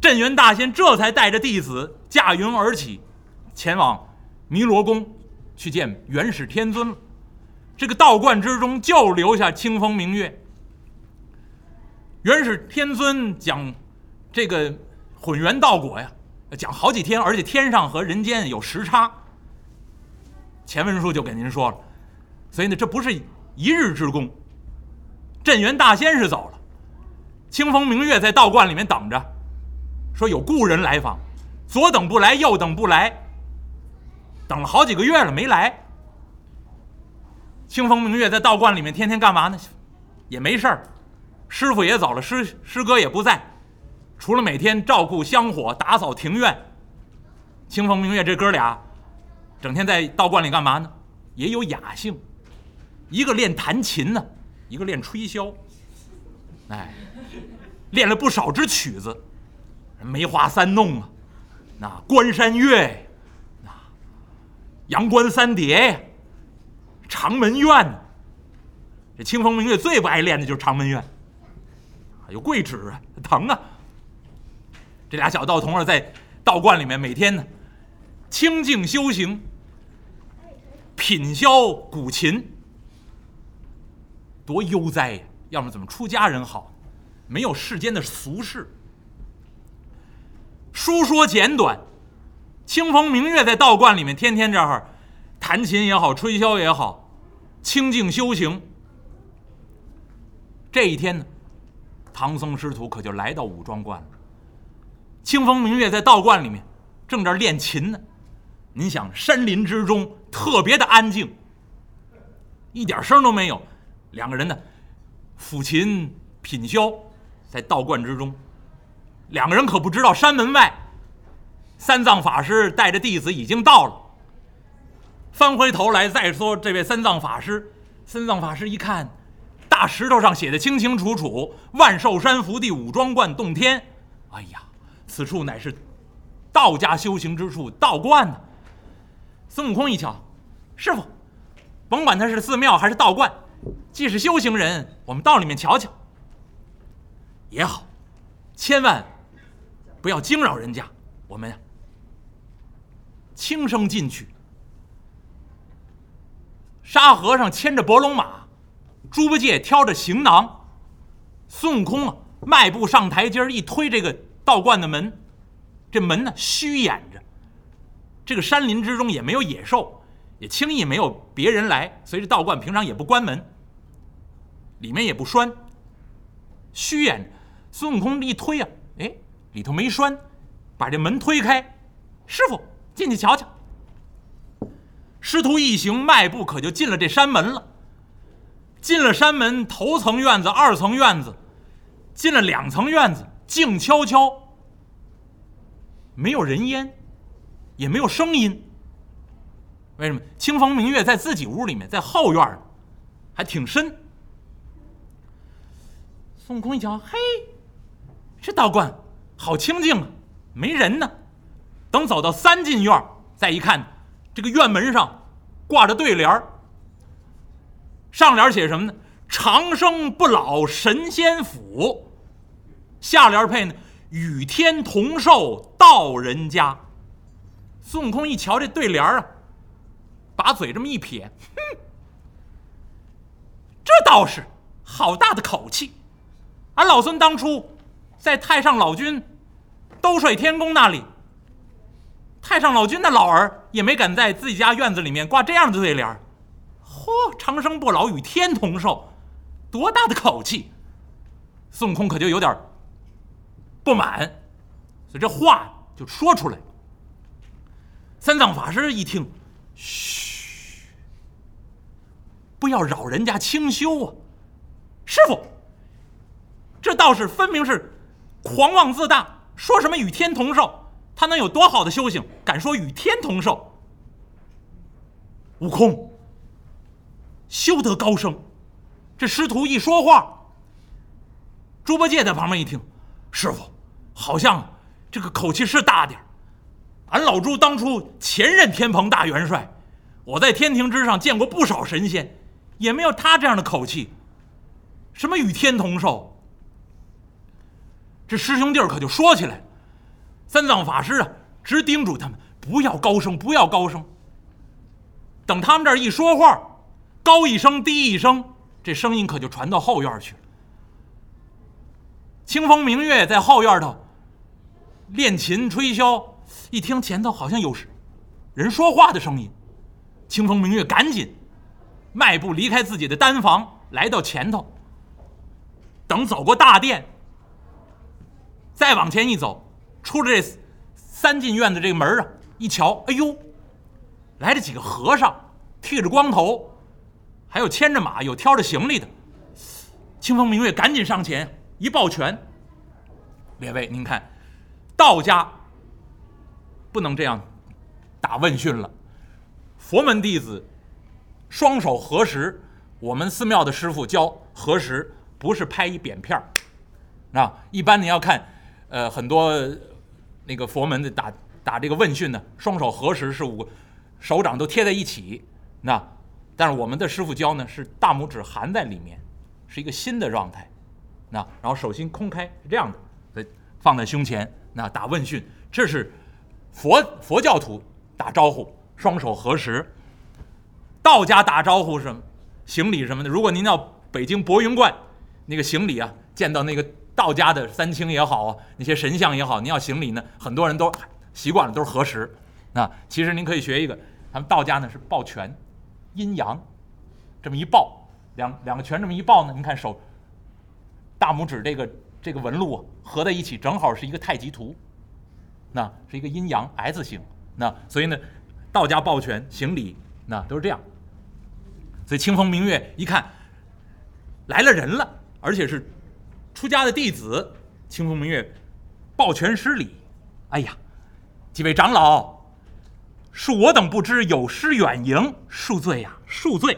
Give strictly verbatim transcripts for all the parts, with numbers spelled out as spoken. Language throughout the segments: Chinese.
镇元大仙这才带着弟子驾云而起，前往弥罗宫去见元始天尊了。这个道观之中就留下清风明月。元始天尊讲这个混元道果呀，讲好几天，而且天上和人间有时差。前文书就给您说了，所以呢，这不是一日之功。镇元大仙是走了，清风明月在道观里面等着，说有故人来访，左等不来，右等不来，等了好几个月了没来。清风明月在道观里面天天干嘛呢？也没事儿，师傅也走了，师师哥也不在，除了每天照顾香火、打扫庭院，清风明月这哥俩整天在道观里干嘛呢？也有雅兴，一个练弹琴呢，一个练吹箫，哎，练了不少支曲子，梅花三弄啊，那关山月，那阳关三叠呀，长门院呢。这清风明月最不爱练的就是长门院，有桂指啊，疼啊。这俩小道童儿在道观里面每天呢清静修行，品箫鼓琴，多悠哉呀！要么怎么出家人好？没有世间的俗事。书说简短，清风明月在道观里面天天这儿弹琴也好，吹箫也好，清静修行。这一天呢，唐僧师徒可就来到武庄观了。清风明月在道观里面正在练琴呢。您想，山林之中特别的安静，一点声都没有，两个人呢抚琴品箫，在道观之中。两个人可不知道山门外三藏法师带着弟子已经到了。翻回头来再说这位三藏法师，三藏法师一看大石头上写的清清楚楚，万寿山福地武庄观洞天，哎呀，此处乃是道家修行之处，道观呢。孙悟空一瞧，师傅，甭管他是寺庙还是道观，既是修行人，我们到里面瞧瞧也好，千万不要惊扰人家，我们轻声进去。沙和尚牵着伯龙马，猪八戒挑着行囊，孙悟空啊迈步上台阶，一推这个道观的门，这门呢虚掩着。这个山林之中也没有野兽，也轻易没有别人来，所以这道观平常也不关门，里面也不拴，虚掩着。孙悟空一推啊，哎，里头没拴，把这门推开，师傅进去瞧瞧。师徒一行迈步可就进了这山门了。进了山门，头层院子、二层院子，进了两层院子，静悄悄，没有人烟，也没有声音。为什么？清风明月在自己屋里面，在后院还挺深。孙悟空一瞧，嘿，这道观好清静啊，没人呢。等走到三进院，再一看，这个院门上挂着对联，上联写什么呢？长生不老神仙府。下联配呢？与天同寿道人家。孙悟空一瞧这对联啊，把嘴这么一撇，哼，这倒是好大的口气。俺老孙当初在太上老君兜率天宫那里，太上老君那老儿也没敢在自己家院子里面挂这样的对联。嚯，长生不老与天同寿，多大的口气！孙悟空可就有点不满，所以这话就说出来。三藏法师一听，嘘，不要扰人家清修啊！师傅，这道士分明是狂妄自大，说什么与天同寿，他能有多好的修行，敢说与天同寿？悟空，修得高升。这师徒一说话，猪八戒在旁边一听，师傅好像这个口气是大点，俺老猪当初前任天蓬大元帅，我在天庭之上见过不少神仙，也没有他这样的口气。什么与天同寿？这师兄弟可就说起来， 三藏法师啊，直叮嘱他们不要高声，不要高声。等他们这儿一说话，高一声低一声，这声音可就传到后院去了。清风明月在后院头练琴吹箫，一听前头好像有人说话的声音，清风明月赶紧迈步离开自己的单房，来到前头。等走过大殿，再往前一走，出了这三进院的这个门啊，一瞧，哎呦，来了几个和尚，剃着光头，还有牵着马，有挑着行李的。清风明月赶紧上前一抱拳，列位，您看，道家不能这样打问讯了，佛门弟子双手合十，我们寺庙的师傅教合十不是拍一扁片儿，啊，一般你要看，呃，很多那个佛门的打打这个问讯呢，双手合十是五个手掌都贴在一起，那但是我们的师傅教呢是大拇指含在里面，是一个新的状态，那然后手心空开是这样的，所以放在胸前，那打问讯，这是佛佛教徒打招呼，双手合十。道家打招呼什么行礼什么的，如果您到北京博云观那个行礼啊，见到那个道家的三清也好啊，那些神像也好，您要行礼呢，很多人都习惯了都是合十。那其实您可以学一个，他们道家呢是抱拳，阴阳这么一抱，两两个拳这么一抱呢，您看手大拇指这个这个纹路啊合在一起，正好是一个太极图，那是一个阴阳 S 型。那所以呢，道家抱拳行礼，那都是这样。所以清风明月一看来了人了，而且是出家的弟子，清风明月抱拳施礼。哎呀，几位长老，恕我等不知，有失远迎，恕罪呀，恕罪。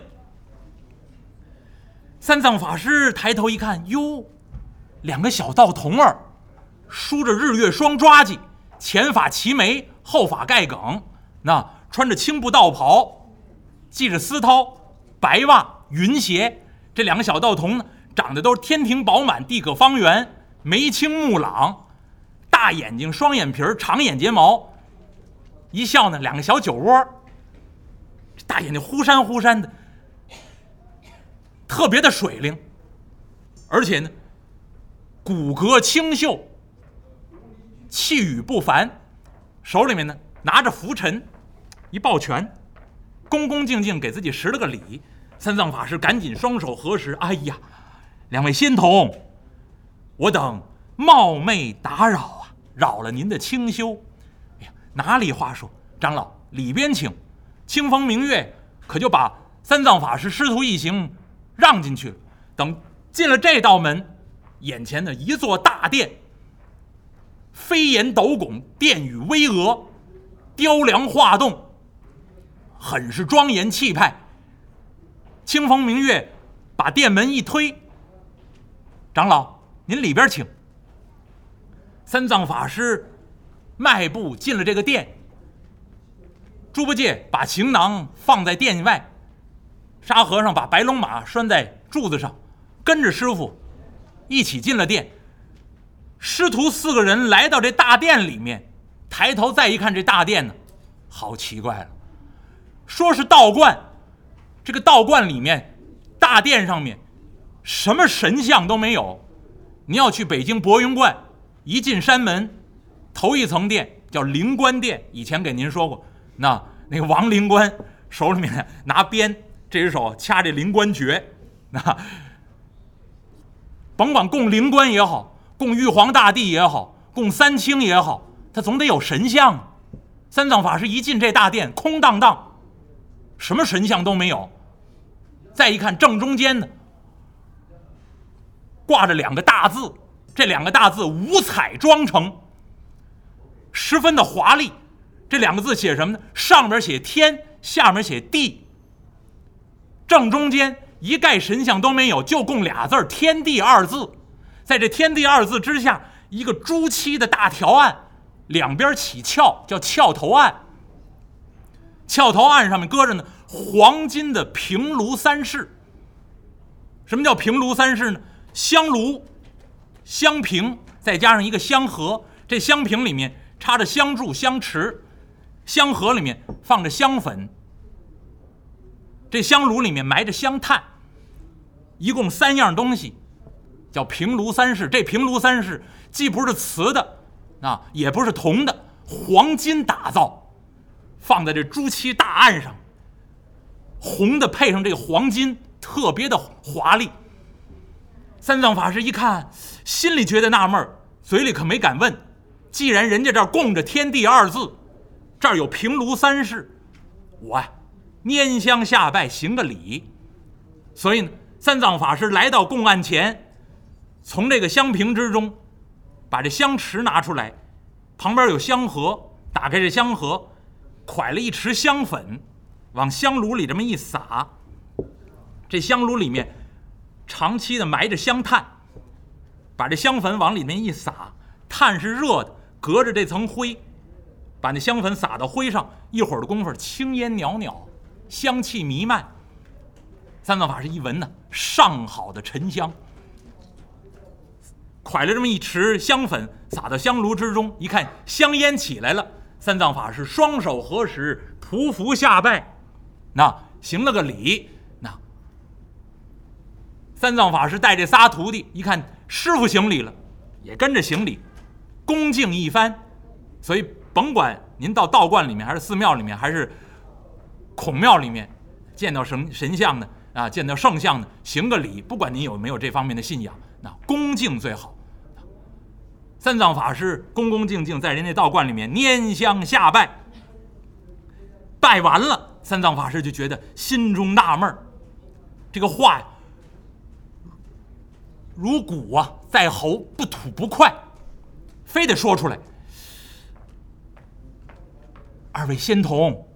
三藏法师抬头一看，哟，两个小道童儿，梳着日月双抓髻，前发齐眉，后发盖梗，那穿着青布道袍，系着丝绦，白袜云鞋。这两个小道童呢，长得都是天庭饱满，地阁方圆，眉清目朗，大眼睛，双眼皮，长眼睫毛，一笑呢，两个小酒窝，大眼睛忽闪忽闪的，特别的水灵，而且呢，骨骼清秀，气宇不凡，手里面呢拿着拂尘，一抱拳，恭恭敬敬给自己施了个礼。三藏法师赶紧双手合十，哎呀，两位仙童，我等冒昧打扰啊，扰了您的清修。哎呀，哪里话说，长老里边请。清风明月可就把三藏法师师徒一行让进去了。等进了这道门，眼前的一座大殿，飞檐斗拱，殿宇巍峨，雕梁画栋，很是庄严气派。清风明月把殿门一推，长老您里边请。三藏法师迈步进了这个殿，猪八戒把行囊放在殿外，沙和尚把白龙马拴在柱子上，跟着师傅一起进了殿。师徒四个人来到这大殿里面，抬头再一看，这大殿呢，好奇怪了，说是道观，这个道观里面大殿上面什么神像都没有。你要去北京博云观，一进山门，头一层殿叫灵官殿，以前给您说过，那那个王灵官手里面拿鞭，这只手掐这灵官诀，那甭管供灵官也好，供玉皇大帝也好，供三清也好，他总得有神像啊。三藏法师一进这大殿，空荡荡，什么神像都没有。再一看正中间呢，挂着两个大字，这两个大字五彩装成，十分的华丽。这两个字写什么呢？上面写天，下面写地。正中间一概神像都没有，就供俩字天地二字。在这天地二字之下，一个朱漆的大条案，两边起翘，叫翘头案。翘头案上面搁着呢黄金的平炉三室。什么叫平炉三室呢？香炉、香瓶，再加上一个香盒。这香瓶里面插着香柱、香池，香盒里面放着香粉，这香炉里面埋着香炭，一共三样东西，叫平炉三式。这平炉三式既不是瓷的啊，也不是铜的，黄金打造，放在这朱漆大案上，红的配上这个黄金，特别的华丽。三藏法师一看，心里觉得纳闷，嘴里可没敢问。既然人家这儿供着天地二字，这儿有平炉三式，我呀拈香下拜行个礼。所以呢，三藏法师来到供案前，从这个香瓶之中把这香池拿出来，旁边有香盒，打开这香盒，蒯了一池香粉，往香炉里这么一撒。这香炉里面长期的埋着香炭，把这香粉往里面一撒，炭是热的，隔着这层灰，把那香粉撒到灰上，一会儿的功夫，青烟袅袅，香气弥漫。三藏法师一闻呢，上好的沉香，蒯了这么一池香粉，撒到香炉之中，一看香烟起来了，三藏法师双手合十，匍匐下拜，那行了个礼。那三藏法师带这仨徒弟一看师傅行礼了，也跟着行礼，恭敬一番。所以甭管您到道观里面，还是寺庙里面，还是孔庙里面，见到神神像的啊，见到圣像的，行个礼，不管您有没有这方面的信仰，那恭敬最好。三藏法师恭恭敬敬在人家道观里面拈香下拜，拜完了，三藏法师就觉得心中纳闷，这个话呀如鼓啊在喉，不吐不快，非得说出来。二位仙童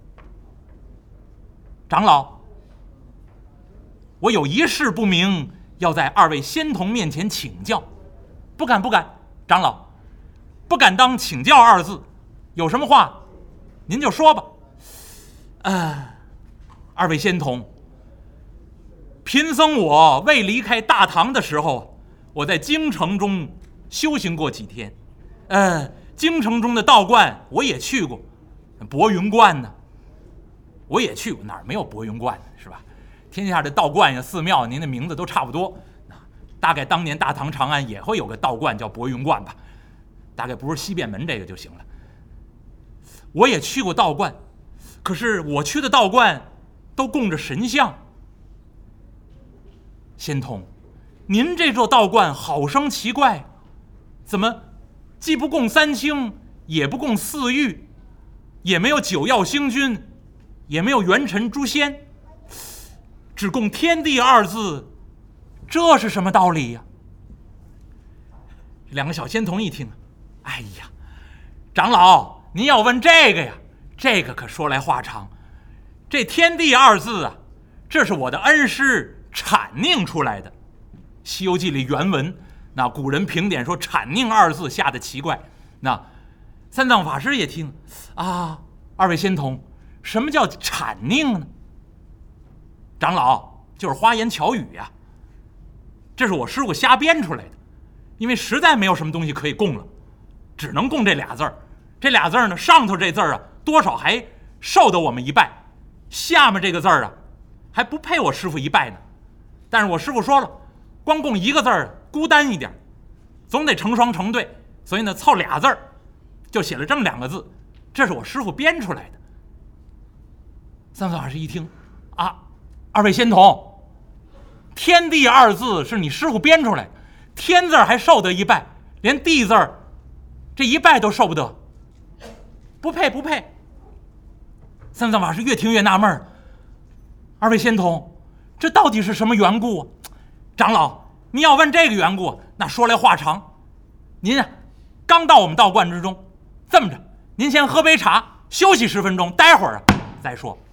长老，我有一事不明，要在二位仙童面前请教。不敢不敢，长老，不敢当请教二字，有什么话您就说吧。呃，二位仙童，贫僧我未离开大唐的时候，我在京城中修行过几天，呃，京城中的道观我也去过，博云观呢，我也去过，哪儿没有博云观是吧？天下的道观呀、寺庙，您的名字都差不多。大概当年大唐长安也会有个道观叫博云观吧，大概不是西便门这个就行了。我也去过道观，可是我去的道观都供着神像。仙童，您这座道观好生奇怪，怎么既不供三清，也不供四御，也没有九曜星君，也没有元辰诛仙，只供天地二字，这是什么道理呀？两个小仙童一听，哎呀，长老您要问这个呀，这个可说来话长。这天地二字啊，这是我的恩师阐宁出来的。《西游记》里原文，那古人评点说阐宁二字下的奇怪。那三藏法师也听啊，二位仙童，什么叫阐宁呢？长老，就是花言巧语呀、啊，这是我师傅瞎编出来的，因为实在没有什么东西可以供了，只能供这俩字儿。这俩字儿呢，上头这字儿啊，多少还受得我们一拜，下面这个字儿啊，还不配我师傅一拜呢。但是我师傅说了，光供一个字儿孤单一点，总得成双成对，所以呢，凑俩字儿，就写了这么两个字，这是我师傅编出来的。三藏法师一听，啊，二位仙童，天地二字是你师傅编出来的，天字还受得一拜，连地字儿这一拜都受不得，不配不配。三藏法师越听越纳闷，二位仙童，这到底是什么缘故啊？长老，您要问这个缘故，那说来话长。您啊，刚到我们道观之中，这么着，您先喝杯茶，休息十分钟，待会儿啊再说。